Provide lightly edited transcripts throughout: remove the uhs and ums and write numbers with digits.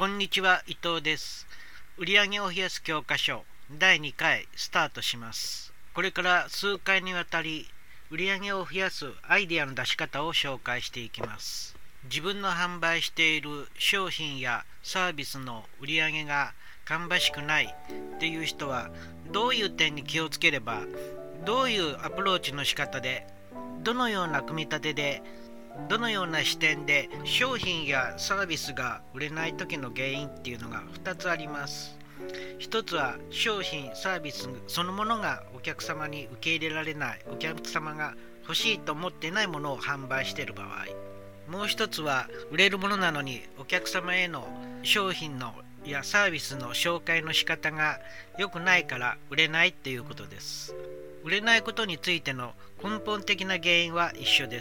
こんにちは、伊藤です。売上を増やす教科書第2回スタートします。これから数回にわたり売上を増やすアイデアの出し方を紹介していきます。自分の販売している商品やサービスの売上が芳しくないっていう人はどういう点に気をつければ、どういうアプローチの仕方で、どのような組み立てで、どのような視点で商品やサービスが売れない時の原因っていうのが2つあります。一つは商品サービスそのものがお客様に受け入れられない、お客様が欲しいと思っていないものを販売している場合、もう一つは売れるものなのにお客様への商品のやサービスの紹介の仕方が良くないから売れないっていうことです。売れないことについての根本的な原因は一緒です。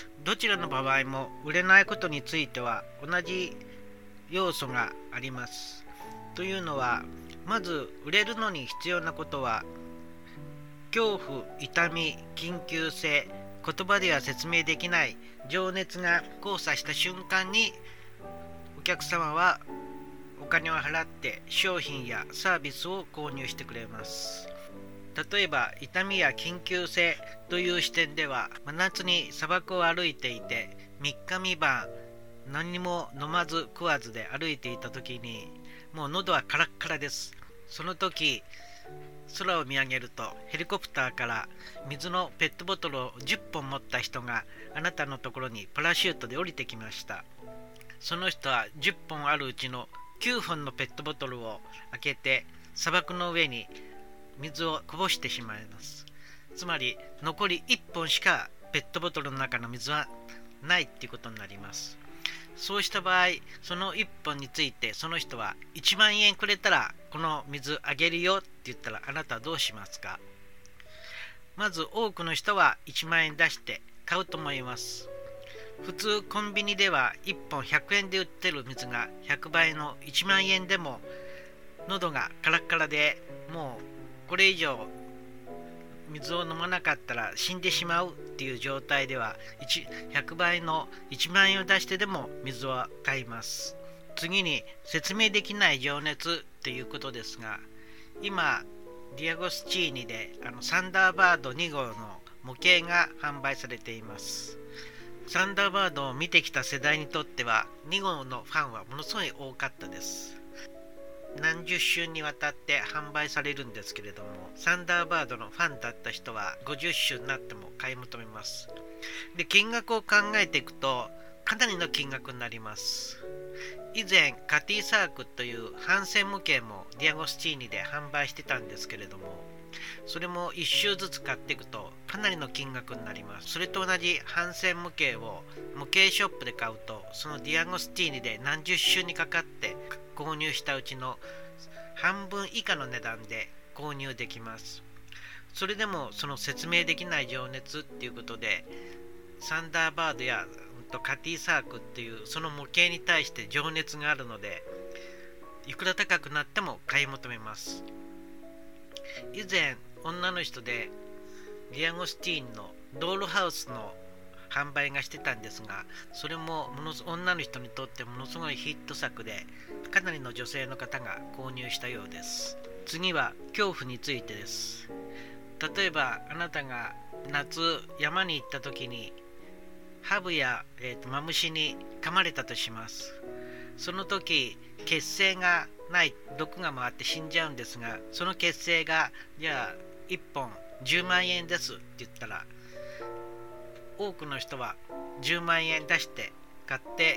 どちらの場合も売れないことについては同じ要素があります。というのは、まず売れるのに必要なことは、恐怖、痛み、緊急性、言葉では説明できない情熱が交差した瞬間に、お客様はお金を払って商品やサービスを購入してくれます。例えば痛みや緊急性という視点では、真夏に砂漠を歩いていて3日3晩何も飲まず食わずで歩いていた時に、もう喉はカラッカラです。その時空を見上げると、ヘリコプターから水のペットボトルを10本持った人があなたのところにパラシュートで降りてきました。その人は10本あるうちの9本のペットボトルを開けて砂漠の上に水をこぼしてしまいます。つまり残り1本しかペットボトルの中の水はないっていうことになります。そうした場合、その1本についてその人は1万円くれたらこの水あげるよって言ったら、あなたはどうしますか？まず多くの人は1万円出して買うと思います。普通コンビニでは1本100円で売ってる水が100倍の1万円でも喉がカラッカラで、もうこれ以上水を飲まなかったら死んでしまうっていう状態では、100倍の1万円を出してでも水を買います。次に説明できない情熱っていうことですが、今ディアゴスチーニでサンダーバード2号の模型が販売されています。サンダーバードを見てきた世代にとっては2号のファンはものすごい多かったです。何十週にわたって販売されるんですけれども、サンダーバードのファンだった人は50週になっても買い求めます。で、金額を考えていくとかなりの金額になります。以前カティサークという帆船模型もディアゴスチーニで販売してたんですけれども、それも1周ずつ買っていくとかなりの金額になります。それと同じ帆船模型を模型ショップで買うと、そのディアゴスチーニで何十周にかかって購入したうちの半分以下の値段で購入できます。それでもその説明できない情熱っていうことで、サンダーバードやカティサークっていうその模型に対して情熱があるので、いくら高くなっても買い求めます。以前女の人でディアゴスティーニのドールハウスの販売がしてたんですが、それも女の人にとってものすごいヒット作で、かなりの女性の方が購入したようです。次は恐怖についてです。例えばあなたが夏山に行った時にハブや、マムシに噛まれたとします。その時血清がない、毒が回って死んじゃうんですが、その血清がじゃあ1本10万円ですって言ったら、多くの人は10万円出して買って、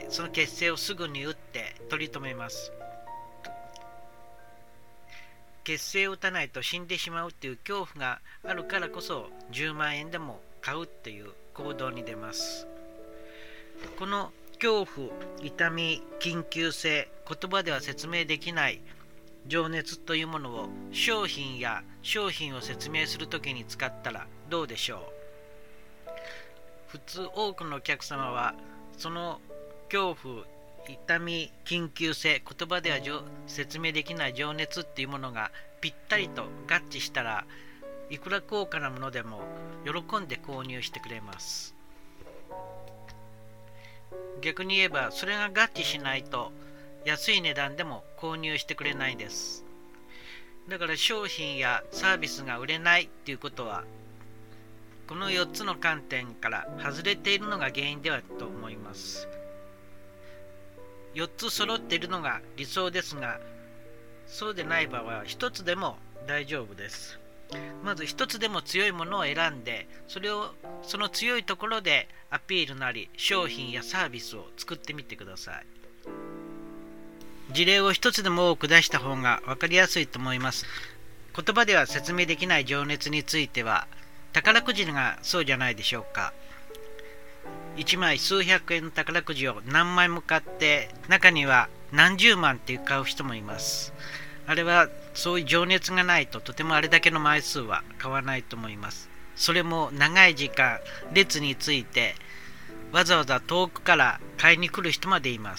その血清をすぐに打って取り留めます。血清を打たないと死んでしまうっていう恐怖があるからこそ、10万円でも買うっていう行動に出ます。この恐怖、痛み、緊急性、言葉では説明できない情熱というものを商品や商品を説明するときに使ったらどうでしょう。普通多くのお客様はその恐怖、痛み、緊急性、言葉では説明できない情熱っていうものがぴったりと合致したら、いくら高価なものでも喜んで購入してくれます。逆に言えば、それが合致しないと安い値段でも購入してくれないです。だから商品やサービスが売れないっていうことは、この4つの観点から外れているのが原因ではと思います。4つ揃っているのが理想ですが、そうでない場合は1つでも大丈夫です。まず1つでも強いものを選んで、その強いところでアピールなり商品やサービスを作ってみてください。事例を1つでも多く出した方が分かりやすいと思います。言葉では説明できない情熱については、宝くじがそうじゃないでしょうか。1枚数百円の宝くじを何枚も買って、中には何十万って買う人もいます。あれはそういう情熱がないと、とてもあれだけの枚数は買わないと思います。それも長い時間列について、わざわざ遠くから買いに来る人までいます。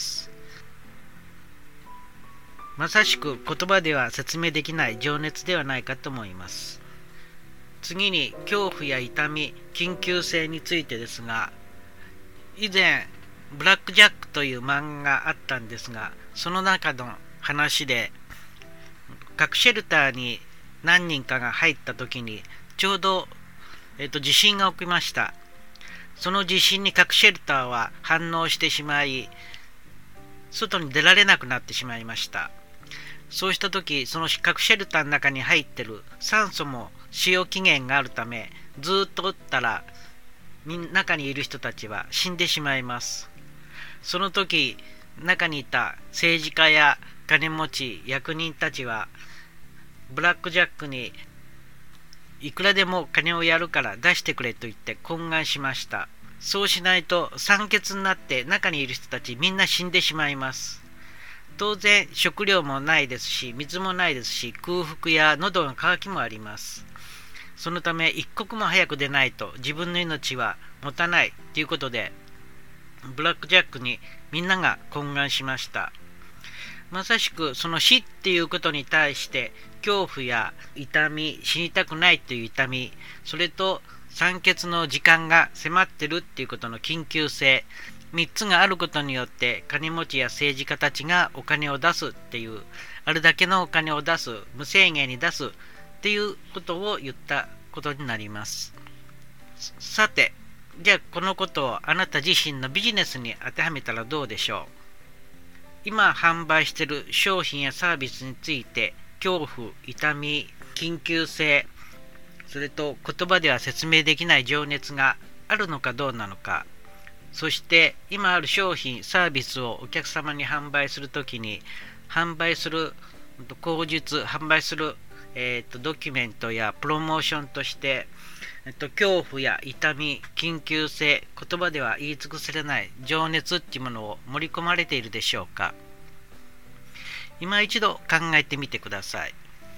まさしく言葉では説明できない情熱ではないかと思います。次に恐怖や痛み、緊急性についてですが、以前ブラックジャックという漫画があったんですが、その中の話で、核シェルターに何人かが入った時にちょうど、地震が起きました。その地震に核シェルターは反応してしまい、外に出られなくなってしまいました。そうした時、その核シェルターの中に入っている酸素も使用期限があるため、ずっとおったら中にいる人たちは死んでしまいます。その時、中にいた政治家や金持ち、役人たちはブラックジャックにいくらでも金をやるから出してくれと言って懇願しました。そうしないと酸欠になって中にいる人たちみんな死んでしまいます。当然食料もないですし、水もないですし、空腹や喉の渇きもあります。そのため一刻も早く出ないと自分の命は持たないということで、ブラックジャックにみんなが懇願しました。まさしくその死っていうことに対して恐怖や痛み、死にたくないという痛み、それと酸欠の時間が迫ってるっていうことの緊急性、3つがあることによって金持ちや政治家たちがお金を出すっていう、あれだけのお金を出す、無制限に出すっていうことを言ったことになります。さて、じゃあこのことをあなた自身のビジネスに当てはめたらどうでしょう。今販売している商品やサービスについて、恐怖、痛み、緊急性、それと言葉では説明できない情熱があるのかどうなのか、そして今ある商品サービスをお客様に販売するときに、販売する口述、販売する、ドキュメントやプロモーションとして、恐怖や痛み、緊急性、言葉では言い尽くせれない情熱っていうものを盛り込まれているでしょうか。今一度考えてみてください。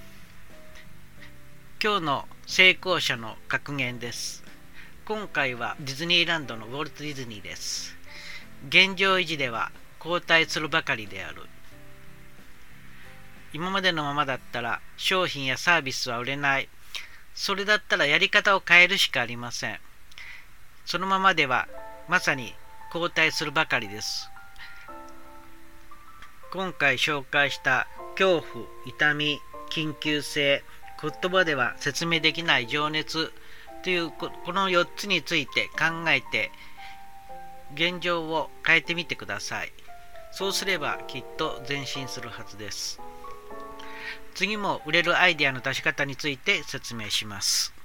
今日の成功者の格言です。今回はディズニーランドのウォルト・ディズニーです。現状維持では後退するばかりである。今までのままだったら商品やサービスは売れない。それだったらやり方を変えるしかありません。そのままではまさに後退するばかりです。今回紹介した恐怖、痛み、緊急性、言葉では説明できない情熱というこの4つについて考えて現状を変えてみてください。そうすればきっと前進するはずです。次も売れるアイデアの出し方について説明します。